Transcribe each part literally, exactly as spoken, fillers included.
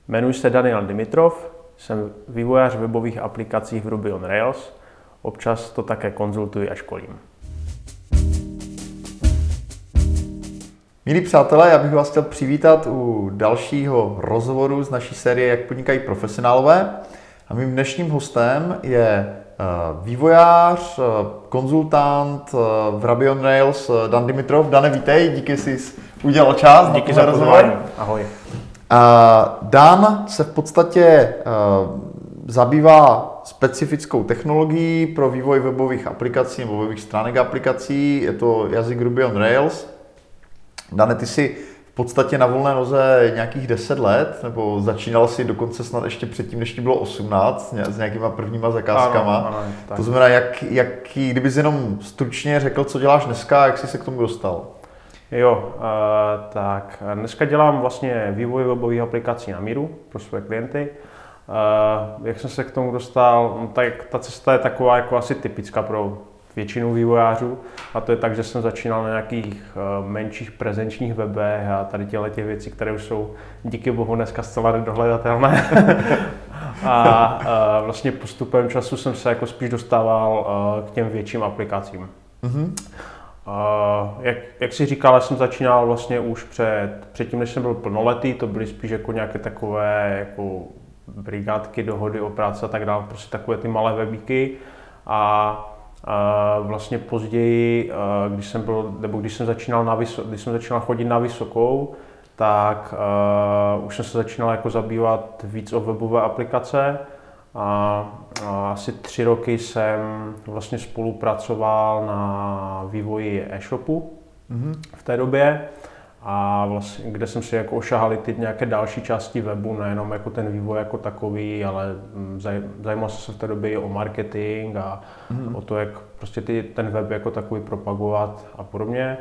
Jmenuji se Daniel Dimitrov, jsem vývojář webových aplikací v Ruby on Rails. Občas to také konzultuji a školím. Milí přátelé, já bych vás chtěl přivítat u dalšího rozhovoru z naší série Jak podnikají profesionálové. A mým dnešním hostem je vývojář, konzultant v Ruby on Rails Dan Dimitrov. Dane, vítej, díky, jsi udělal čas. Díky za pozvání. Ahoj. Dan se v podstatě zabývá specifickou technologií pro vývoj webových aplikací nebo webových stránek aplikací. Je to jazyk Ruby on Rails. Dane, ty jsi v podstatě na volné noze nějakých deset let, nebo začínal si dokonce snad ještě předtím, než ti bylo osmnáct, s nějakýma prvníma zakázkama. Ano, ano, to znamená, jak, jaký, kdybys jenom stručně řekl, co děláš dneska a jak jsi se k tomu dostal? Jo, uh, tak dneska dělám vlastně vývoj webových aplikací na míru pro své klienty. Uh, jak jsem se k tomu dostal, tak ta cesta je taková jako asi typická pro většinu vývojářů, a to je tak, že jsem začínal na nějakých uh, menších prezenčních webech a tady těchto těch věcí, které už jsou díky bohu dneska zcela nedohledatelné. a uh, vlastně postupem času jsem se jako spíš dostával uh, k těm větším aplikacím. Mm-hmm. Uh, jak, jak jsi říkal, já jsem začínal vlastně už před, předtím, než jsem byl plnoletý, to byly spíš jako nějaké takové jako brigádky, dohody o práci a tak dále, prostě takové ty malé webíky. A Uh, vlastně později, uh, když jsem byl, nebo když jsem začínal na vyso, když jsem začínal chodit na vysokou, tak uh, už jsem se začínal jako zabývat víc o webové aplikace a uh, asi tři roky jsem vlastně spolupracoval na vývoji e-shopu mm-hmm. v té době. A vlastně, kde jsem si jako ošahali ty nějaké další části webu, nejenom jako ten vývoj jako takový, ale zaj, zajímal jsem se v té době i o marketing a mm. o to, jak prostě ty, ten web jako takový propagovat a podobně.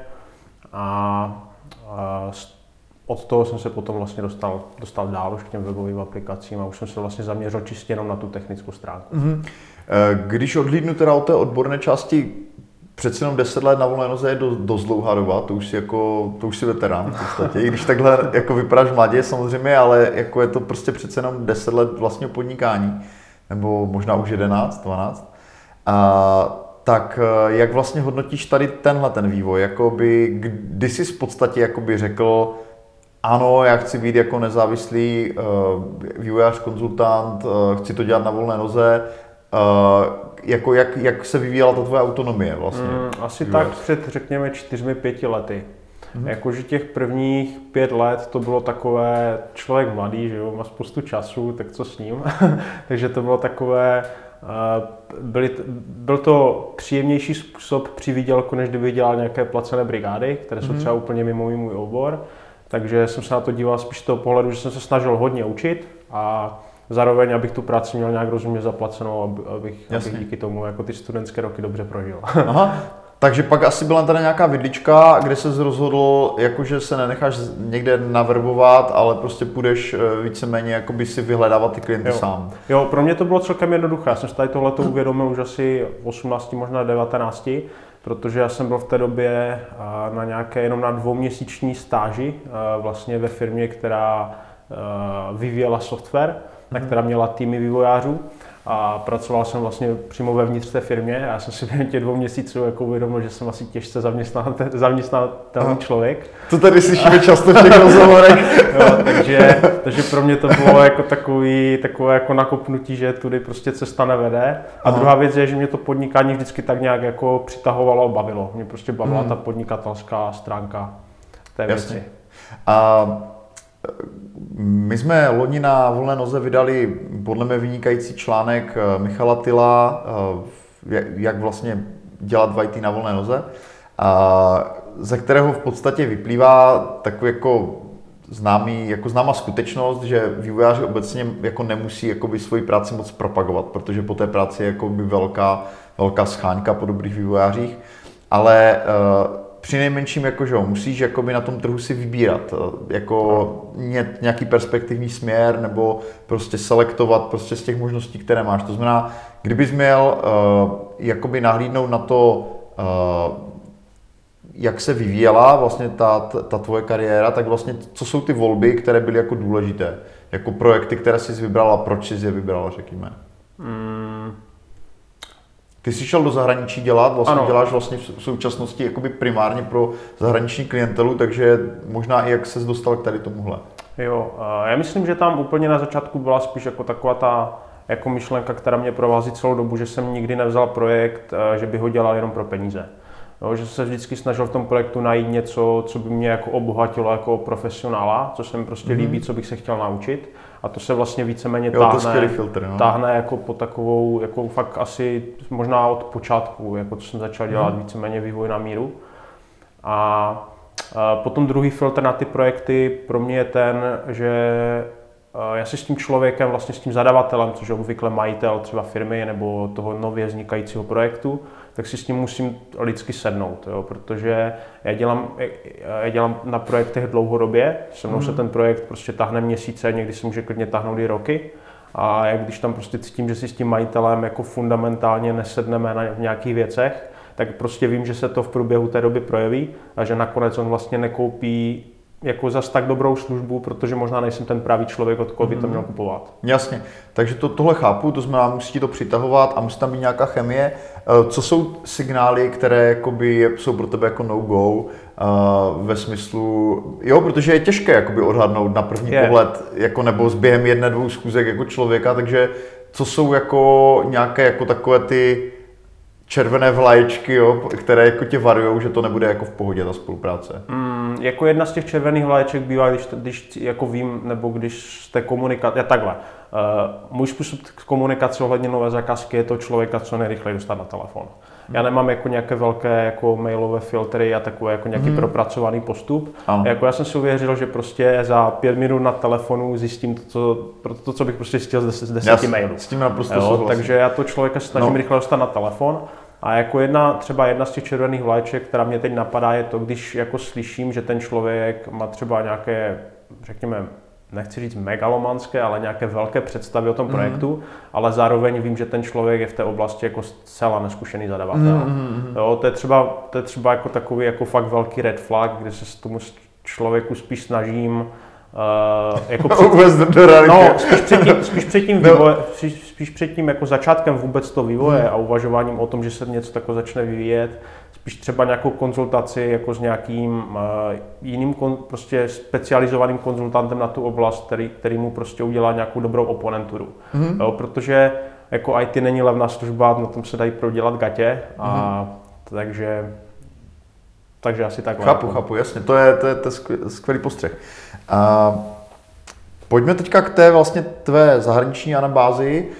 A, a od toho jsem se potom vlastně dostal, dostal dál už k těm webovým aplikacím a už jsem se vlastně zaměřil čistě jenom na tu technickou stránku. Mm. Když odhlídnu teda od té odborné části, přece jenom deset let na volné noze je dost, dost dlouhá doba, to už si jako, to už si veterán v podstatě, i když takhle jako vypadáš mladě samozřejmě, ale jako je to prostě přece jenom deset let vlastního podnikání, nebo možná už jedenáct, dvanáct. A, tak jak vlastně hodnotíš tady tenhle ten vývoj, jakoby, kdy jsi v podstatě jakoby řekl, ano, já chci být jako nezávislý uh, vývojář, konzultant, uh, chci to dělat na volné noze, uh, Jako jak, jak se vyvíjela ta tvoje autonomie vlastně? Mm, asi vývojář. Tak před, řekněme, čtyřmi, pěti lety. Mm. Jakože těch prvních pět let to bylo takové, člověk mladý, že jo, má spoustu času, tak co s ním? Takže to bylo takové, byly, byl to příjemnější způsob při výdělku, než kdybych dělal nějaké placené brigády, které jsou mm. třeba úplně mimo můj obor. Takže jsem se na to díval spíš z toho pohledu, že jsem se snažil hodně učit a zároveň, abych tu práci měl nějak rozumně zaplacenou, abych, abych díky tomu jako ty studentské roky dobře prožil. Aha, takže pak asi byla tady nějaká vidlička, kde ses rozhodl, jakože se nenecháš někde naverbovat, ale prostě půjdeš víceméně jakoby si vyhledávat ty klienty jo. sám. Jo, pro mě to bylo celkem jednoduché. Já jsem si tady tohleto uvědomil už asi osmnácti, možná devatenácti, protože já jsem byl v té době na nějaké jenom na dvouměsíční stáži vlastně ve firmě, která vyvíjela software, na která měla týmy vývojářů a pracoval jsem vlastně přímo vevnitř té firmě a já jsem si během těch dvou měsíců jako uvědomil, že jsem asi těžce zaměstnatelný člověk. To tady slyšíme často v těch rozhovorech. Jo, takže, takže pro mě to bylo jako takový, takové jako nakopnutí, že tudy prostě cesta nevede. A Aha. druhá věc je, že mě to podnikání vždycky tak nějak jako přitahovalo a bavilo. Mě prostě bavila hmm. ta podnikatelská stránka té Jasně. věci. A my jsme loni na volné noze vydali podle mě vynikající článek Michala Tyla, jak vlastně dělat v í té na volné noze, ze kterého v podstatě vyplývá takový jako známý, jako známá skutečnost, že vývojáři obecně jako nemusí jakoby svoji práci moc propagovat, protože po té práci je jakoby velká, velká scháňka po dobrých vývojářích, ale přinejmenším jako, že musíš jakoby na tom trhu si vybírat jako nějaký perspektivní směr nebo prostě selektovat prostě z těch možností, které máš. To znamená, kdybys měl uh, jakoby nahlídnout na to, uh, jak se vyvíjela vlastně ta, ta tvoje kariéra, tak vlastně co jsou ty volby, které byly jako důležité. jako projekty, které jsi vybral a proč jsi je vybral, řekněme. Mm. Ty jsi šel do zahraničí dělat, vlastně ano. děláš vlastně v současnosti jakoby primárně pro zahraniční klientelu, takže možná i jak ses dostal k tady tomuhle. Jo, já myslím, že tam úplně na začátku byla spíš jako taková ta jako myšlenka, která mě provází celou dobu, že jsem nikdy nevzal projekt, že by ho dělal jenom pro peníze. Jo, že se vždycky snažil v tom projektu najít něco, co by mě jako obohatilo jako profesionála, co se mi prostě mm-hmm. líbí, co bych se chtěl naučit. A to se vlastně víceméně jo, táhne, filtr, no. táhne jako po takovou, jako fakt asi možná od počátku, jako co jsem začal dělat mm-hmm. víceméně vývoj na míru. A A potom druhý filtr na ty projekty pro mě je ten, že já si s tím člověkem, vlastně s tím zadavatelem, což je obvykle majitel třeba firmy nebo toho nově vznikajícího projektu, tak si s ním musím lidsky sednout, jo, protože já dělám, já dělám na projektech dlouhodobě, se mnou mm. se ten projekt prostě tahne měsíce, někdy se může klidně tahnout i roky. A jak když tam prostě cítím, že si s tím majitelem jako fundamentálně nesedneme na nějakých věcech, tak prostě vím, že se to v průběhu té doby projeví a že nakonec on vlastně nekoupí jako zas tak dobrou službu, protože možná nejsem ten pravý člověk, od koho by to měl kupovat. Jasně, takže to, tohle chápu, to znamená, musí to přitahovat a musí tam být nějaká chemie. Co jsou signály, které jakoby jsou pro tebe jako no-go ve smyslu, jo, protože je těžké jakoby odhadnout na první je. pohled, jako nebo s během jedné, dvou schůzek jako člověka, takže co jsou jako nějaké jako takové ty červené vlaječky, jo, které jako tě varujou, že to nebude jako v pohodě ta spolupráce? Mm, jako jedna z těch červených vlaječek bývá, když, když jako vím, nebo když jste komunikace, takhle. Uh, můj způsob komunikace ohledně nové zakázky je to člověka co nejrychleji dostat na telefon. Já nemám jako nějaké velké jako mailové filtry a takové jako nějaký hmm. propracovaný postup. Jako já jsem si uvěřil, že prostě za pět minut na telefonu zjistím to, co, to, co bych prostě zjistil z deseti, z deseti mailů. S tím naprosto souhlasím. Takže já to člověka snažím no. rychle dostat na telefon. A jako jedna, třeba jedna z těch červených vlaječek, která mě teď napadá, je to, když jako slyším, že ten člověk má třeba nějaké, řekněme, nechci říct megalomanské, ale nějaké velké představy o tom projektu, mm. ale zároveň vím, že ten člověk je v té oblasti jako zcela neskušený zadavatel. Mm. Jo, to je třeba, to je třeba jako takový jako fakt velký red flag, kde se s tomu člověku spíš snažím Uh, jako před, no, spíš před tím, spíš před tím, vývoje, spíš, spíš před tím jako začátkem vůbec toho vývoje hmm. a uvažováním o tom, že se něco takové začne vyvíjet, spíš třeba nějakou konzultaci jako s nějakým uh, jiným kon, prostě specializovaným konzultantem na tu oblast, který, který mu prostě udělá nějakou dobrou oponenturu. Hmm. Jo, protože jako í té není levná služba, na tom se dají prodělat gatě, a hmm. takže Takže asi takhle. Chápu, jako. chápu, jasně, to je, to je, to je skvělý postřeh. Uh, pojďme teďka k té vlastně tvé zahraniční anabázi.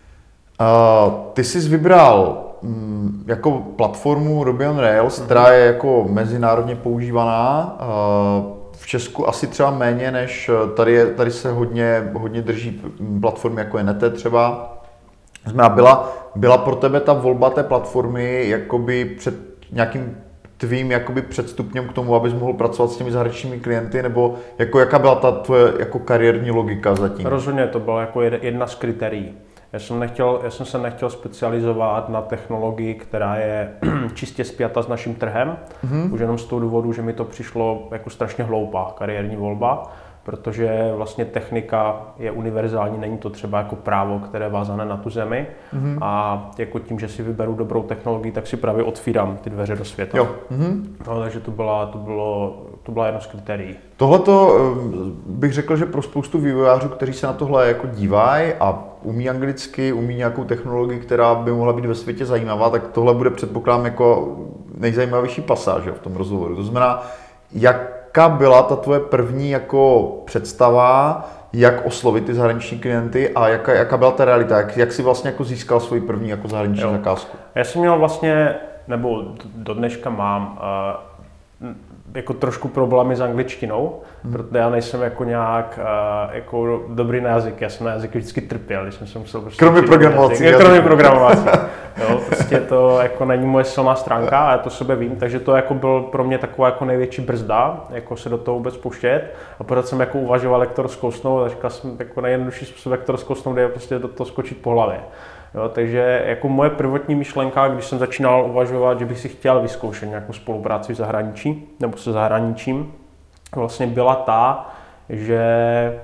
Uh, ty jsi vybral um, jako platformu Ruby on Rails, uh-huh. která je jako mezinárodně používaná. Uh, v Česku asi třeba méně, než tady, je, tady se hodně, hodně drží platformy jako je Nete třeba. Byla, byla pro tebe ta volba té platformy jakoby před nějakým tvým jakoby předstupněm k tomu, abys mohl pracovat s těmi zahraničními klienty, nebo jako jaká byla ta tvoje jako kariérní logika zatím? Rozhodně to byla jako jedna z kritérií. Já jsem, nechtěl, já jsem se nechtěl specializovat na technologii, která je čistě spjata s naším trhem, mm-hmm. už jenom z toho důvodu, že mi to přišlo jako strašně hloupá kariérní volba, protože vlastně technika je univerzální, není to třeba jako právo, které je vázané na tu zemi mm-hmm. a jako tím, že si vyberu dobrou technologii, tak si právě otvírám ty dveře do světa. Jo. Mm-hmm. No, takže to byla, to, bylo, to byla jedno z kritérií. Tohleto bych řekl, že pro spoustu vývojářů, kteří se na tohle jako dívají a umí anglicky, umí nějakou technologii, která by mohla být ve světě zajímavá, tak tohle bude předpokládám jako nejzajímavější pasáž v tom rozhovoru. To znamená, jak Jaká byla ta tvoje první jako představa, jak oslovit ty zahraniční klienty a jaká, jaká byla ta realita? Jak, jak jsi vlastně jako získal svoji první jako zahraniční jo. zakázku? Já jsem měl vlastně, nebo do dneška mám, uh, jako trošku problémy s angličtinou, hmm. protože já nejsem jako nějak uh, jako dobrý na jazyk, já jsem na jazyk vždycky trpěl, když jsem se musel prostě kromě programovací. Kromě programovací. Jo, prostě to jako není moje silná stránka a já to sobě vím, takže to jako byl pro mě taková jako největší brzda, jako se do toho vůbec pouštět. A pořád jsem jako uvažoval, jak to rozkousnout a říkal jsem, jako nejjednodušší způsob, jak to rozkousnout, je prostě do toho skočit po hlavě. Jo, takže jako moje prvotní myšlenka, když jsem začínal uvažovat, že bych si chtěl vyzkoušet nějakou spolupráci v zahraničí nebo se zahraničím, vlastně byla ta, že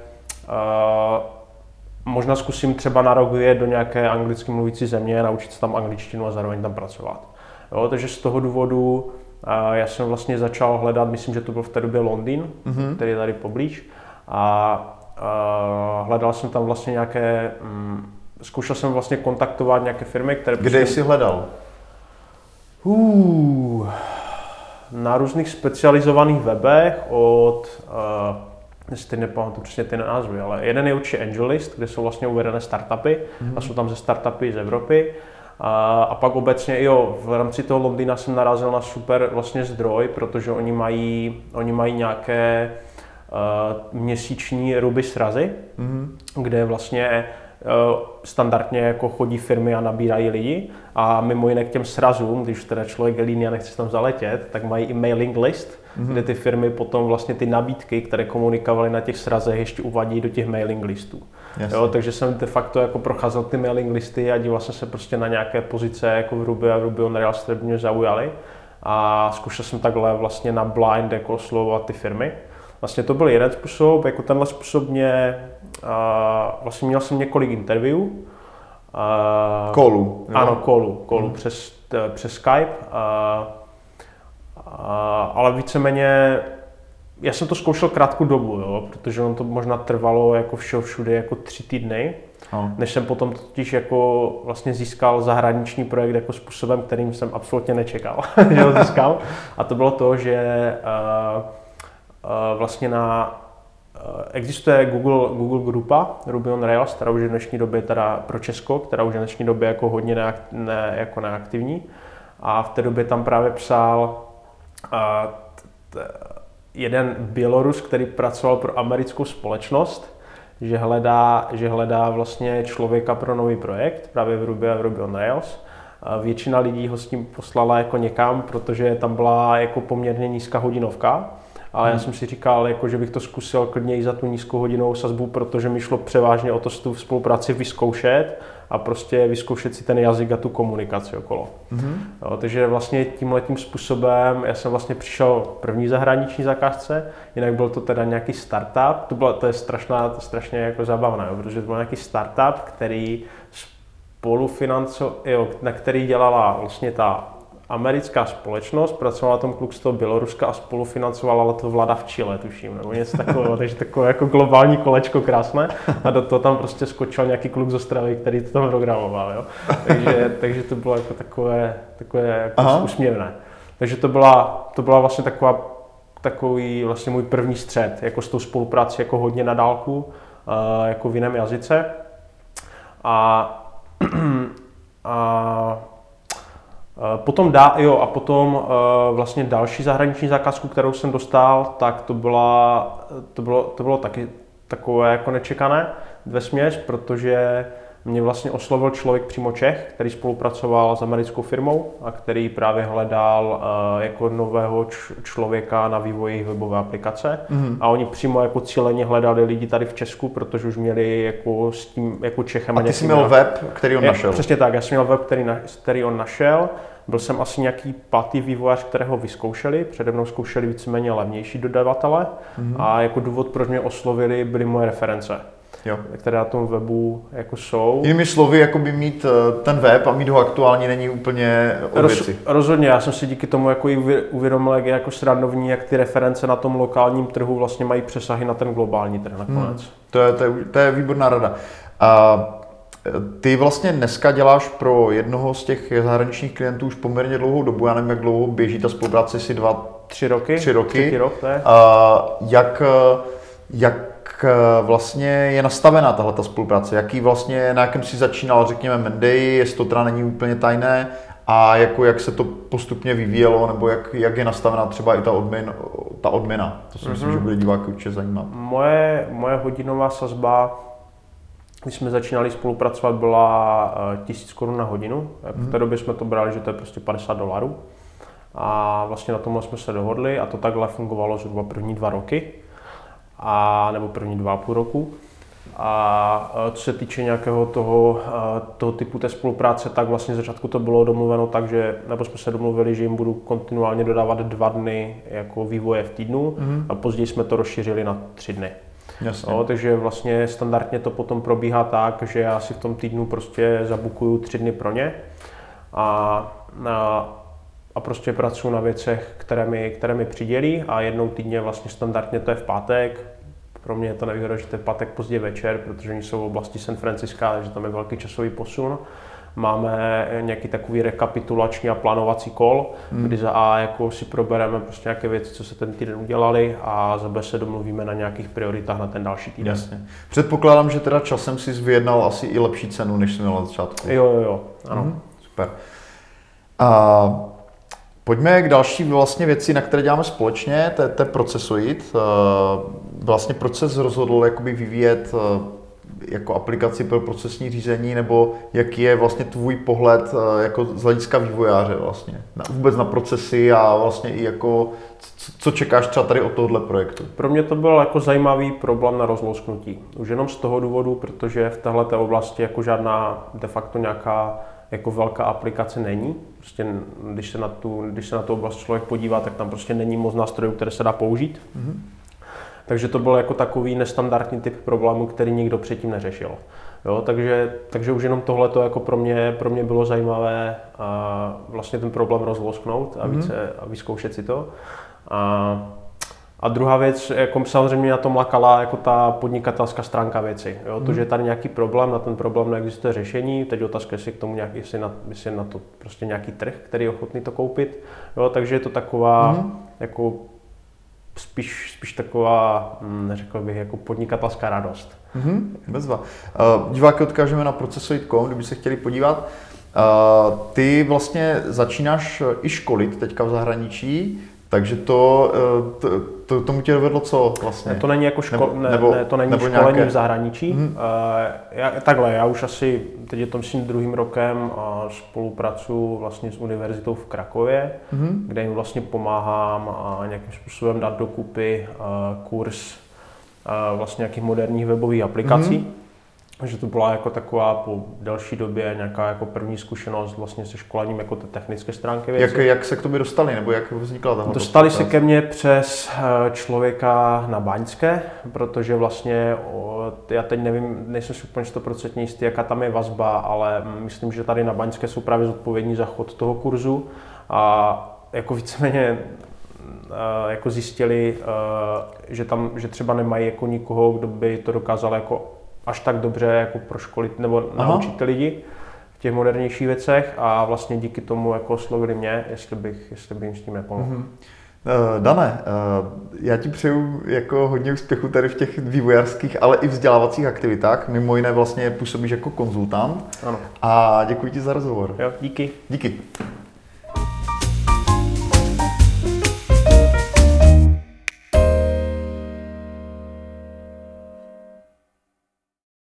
Uh, možná zkusím třeba na rok vyjet do nějaké anglicky mluvící země, naučit se tam angličtinu a zároveň tam pracovat. Jo, takže z toho důvodu uh, já jsem vlastně začal hledat, myslím, že to byl v té době Londýn, mm-hmm. který je tady poblíž. A uh, hledal jsem tam vlastně nějaké, um, zkoušel jsem vlastně kontaktovat nějaké firmy, které... Kde jsi hledal? Uh, na různých specializovaných webech od, uh, jestli nepamatuji přesně ty názvy, ale jeden je určitě AngelList, kde jsou vlastně uvedené startupy mm-hmm. a jsou tam ze startupy z Evropy. A, a pak obecně jo, v rámci toho Londýna jsem narazil na super vlastně zdroj, protože oni mají, oni mají nějaké uh, měsíční ruby srazy, mm-hmm. kde vlastně uh, standardně jako chodí firmy a nabírají lidi a mimo jiné k těm srazům, když teda člověk je líný a nechce tam zaletět, tak mají i mailing list, mm-hmm. kde ty firmy potom vlastně ty nabídky, které komunikovaly na těch srazech, ještě uvadí do těch mailing listů. Jo, takže jsem de facto jako procházel ty mailing listy a díval jsem se prostě na nějaké pozice jako v Ruby a v Ruby on Rails, které mě zaujaly a zkoušel jsem takhle vlastně na blind jako oslovovat ty firmy. Vlastně to byl jeden způsob, jako tenhle způsob mě, a vlastně měl jsem několik interview. Kolu. Ano, kolu, kolu hmm. přes, přes Skype, a, a, ale víceméně já jsem to zkoušel krátkou dobu, jo, protože on to možná trvalo jako všeho všude jako tři týdny, no. než jsem potom totiž jako vlastně získal zahraniční projekt jako způsobem, kterým jsem absolutně nečekal, že ho získal. A to bylo to, že uh, uh, vlastně na uh, existuje Google, Google grupa Ruby on Rails, která už je v dnešní době teda pro Česko, která už je v dnešní době jako hodně neakt, ne, jako neaktivní. A v té době tam právě psal uh, t, t, jeden Bělorus, který pracoval pro americkou společnost, že hledá, že hledá vlastně člověka pro nový projekt, právě v Ruby a v Ruby on Rails. Většina lidí ho s tím poslala jako někam, protože tam byla jako poměrně nízká hodinovka, ale hmm. já jsem si říkal, jako, že bych to zkusil klidně i za tu nízkou hodinovou sazbu, protože mi šlo převážně o to tu spolupráci vyzkoušet a prostě vyzkoušet si ten jazyk a tu komunikaci okolo. Mm-hmm. Jo, takže vlastně tímhletím způsobem já jsem vlastně přišel k první zahraniční zakázce, jinak byl to teda nějaký startup, to, bylo, to je strašná, to strašně jako zábavné, jo, protože to byl nějaký startup, který spolufinancoval, na který dělala vlastně ta americká společnost, pracovala na tom kluk z toho Běloruska a spolufinancovala to vláda v Chile, tuším, nebo něco takového, takže takové jako globální kolečko krásné a do toho tam prostě skočil nějaký kluk z Ostravy, který to tam programoval, jo. Takže, takže to bylo jako takové, takové jako úsměvné. Takže to byla, to byla vlastně taková, takový vlastně můj první střet, jako s tou spoluprácí jako hodně na dálku, jako v jiném jazyce. A, a Potom dá, jo, a potom uh, vlastně další zahraniční zakázku, kterou jsem dostal, tak to, byla, to, bylo, to bylo taky takové jako nečekané vesměs, protože mě vlastně oslovil člověk přímo Čech, který spolupracoval s americkou firmou a který právě hledal uh, jako nového č- člověka na vývoji webové aplikace. Mm-hmm. A oni přímo jako cíleně hledali lidi tady v Česku, protože už měli jako s tím jako Čechem. A ty jsi měl web, který on našel? Přesně tak, já jsem měl web, který, na, který on našel. Byl jsem asi nějaký pátý vývojář, kterého vyzkoušeli. Přede mnou zkoušeli víceméně levnější dodavatele. Mm-hmm. A jako důvod, proč mě oslovili, byly moje reference. Jo. Které na tom webu jako jsou. Jinými slovy, jakoby mít ten web a mít ho aktuální není úplně o věci. Roz, rozhodně, já jsem si díky tomu jako i uvědomil, jak je jako srandovní, jak ty reference na tom lokálním trhu vlastně mají přesahy na ten globální trh nakonec. Hmm. To, je, to, je, to je výborná rada. A ty vlastně dneska děláš pro jednoho z těch zahraničních klientů už poměrně dlouhou dobu, já nevím, jak dlouho běží ta spolupráce, jestli dva, tři roky. Tři roky. Třetí rok, to je. A jak, jak vlastně je nastavená tahleta spolupráce? Jaký vlastně, na jakém si začínal, řekněme, Menday, jestli to teda není úplně tajné a jako jak se to postupně vyvíjelo, nebo jak, jak je nastavená třeba i ta, odměn, ta odměna? To si mm-hmm. myslím, že bude diváky určitě zajímat. Moje, moje hodinová sazba, když jsme začínali spolupracovat, byla tisíc korun na hodinu. Mm-hmm. V té době jsme to brali, že to je prostě padesát dolarů. A vlastně na tomhle jsme se dohodli a to takhle fungovalo zhruba první dva roky. A, nebo první dva a půl roku. A co se týče nějakého toho, toho typu té spolupráce, tak vlastně začátku to bylo domluveno tak, že, nebo jsme se domluvili, že jim budu kontinuálně dodávat dva dny jako vývoje v týdnu mm-hmm. a později jsme to rozšířili na tři dny. Jasně. No, takže vlastně standardně to potom probíhá tak, že já si v tom týdnu prostě zabukuju tři dny pro ně a, a, a prostě pracuji na věcech, které mi, které mi přidělí a jednou týdně vlastně standardně to je v pátek. Pro mě je to nevýhoda, že to je pátek pozdě večer, protože oni jsou v oblasti San Francisca, takže tam je velký časový posun. Máme nějaký takový rekapitulační a plánovací kol, hmm. kdy za A jako si probereme prostě nějaké věci, co se ten týden udělali a za B se domluvíme na nějakých prioritách na ten další týden. Jasně. Předpokládám, že teda časem si vyjednal asi i lepší cenu, než jsi měl na začátku. Jo, jo, jo, ano. Hmm. Super. A pojďme k další vlastně věci, na které děláme společně, to je, to je Procesoid. Vlastně proč ses rozhodl jakoby vyvíjet jako aplikaci pro procesní řízení, nebo jaký je vlastně tvůj pohled jako z hlediska vývojáře vlastně, na, vůbec na procesy a vlastně i jako, co, co čekáš třeba tady od tohohle projektu? Pro mě to byl jako zajímavý problém na rozlousknutí. Už jenom z toho důvodu, protože v této oblasti jako žádná de facto nějaká jako velká aplikace není. Prostě když se na tu, když se na tu oblast člověk podívá, tak tam prostě není moc nástrojů, které se dá použít. Mm-hmm. Takže to byl jako takový nestandardní typ problému, který nikdo předtím neřešil. Jo, takže, takže už jenom tohle to jako pro mě, pro mě bylo zajímavé a vlastně ten problém rozlousknout a, více, mm-hmm. a vyzkoušet si to. A, a druhá věc, jako samozřejmě na tom lakala jako ta podnikatelská stránka věci. Jo, mm-hmm. To, že je tady nějaký problém, na ten problém neexistuje řešení, teď otázka, jestli k tomu nějak, jestli na, jestli na to prostě nějaký trh, který je ochotný to koupit. Jo, takže je to taková mm-hmm. jako Spíš, spíš taková, neřekl bych, jako podnikatelská radost. Mm-hmm, bezva. Uh, diváky odkážeme na Procesoid tečka com, kdyby se chtěli podívat. Uh, ty vlastně začínáš i školit teďka v zahraničí, takže to, to, to tomu tě dovedlo co vlastně? Ne, to není jako ško- nebo, ne, nebo, ne, to není nebo školení nějaké... v zahraničí. Mm-hmm. Uh, já, takhle, já už asi, teď je to myslím druhým rokem a spolupracuji vlastně s univerzitou v Krakově, mm-hmm. kde jim vlastně pomáhám a nějakým způsobem dát dokupy uh, kurz uh, vlastně nějakých moderních webových aplikací. Mm-hmm. že to byla jako taková po delší době nějaká jako první zkušenost vlastně se školením jako té technické stránky věci. Jak, jak se k tobě dostali, nebo jak vznikla tahle? Dostali se ke mně přes člověka na Baňské, protože vlastně, já teď nevím, nejsem si úplně sto procent jistý, jaká tam je vazba, ale myslím, že tady na Baňské jsou právě zodpovědní za chod toho kurzu a jako víceméně jako zjistili, že tam, že třeba nemají jako nikoho, kdo by to dokázal jako až tak dobře jako proškolit nebo naučit ty lidi v těch modernějších věcech a vlastně díky tomu jako oslovili mě, jestli bych, jestli bych jim s tím nepomohl. Mm-hmm. Uh, Dane, uh, já ti přeju jako hodně úspěchu tady v těch vývojářských, ale i vzdělávacích aktivitách. Mimo jiné vlastně působíš jako konzultant. Ano. A děkuji ti za rozhovor. Jo, díky. Díky.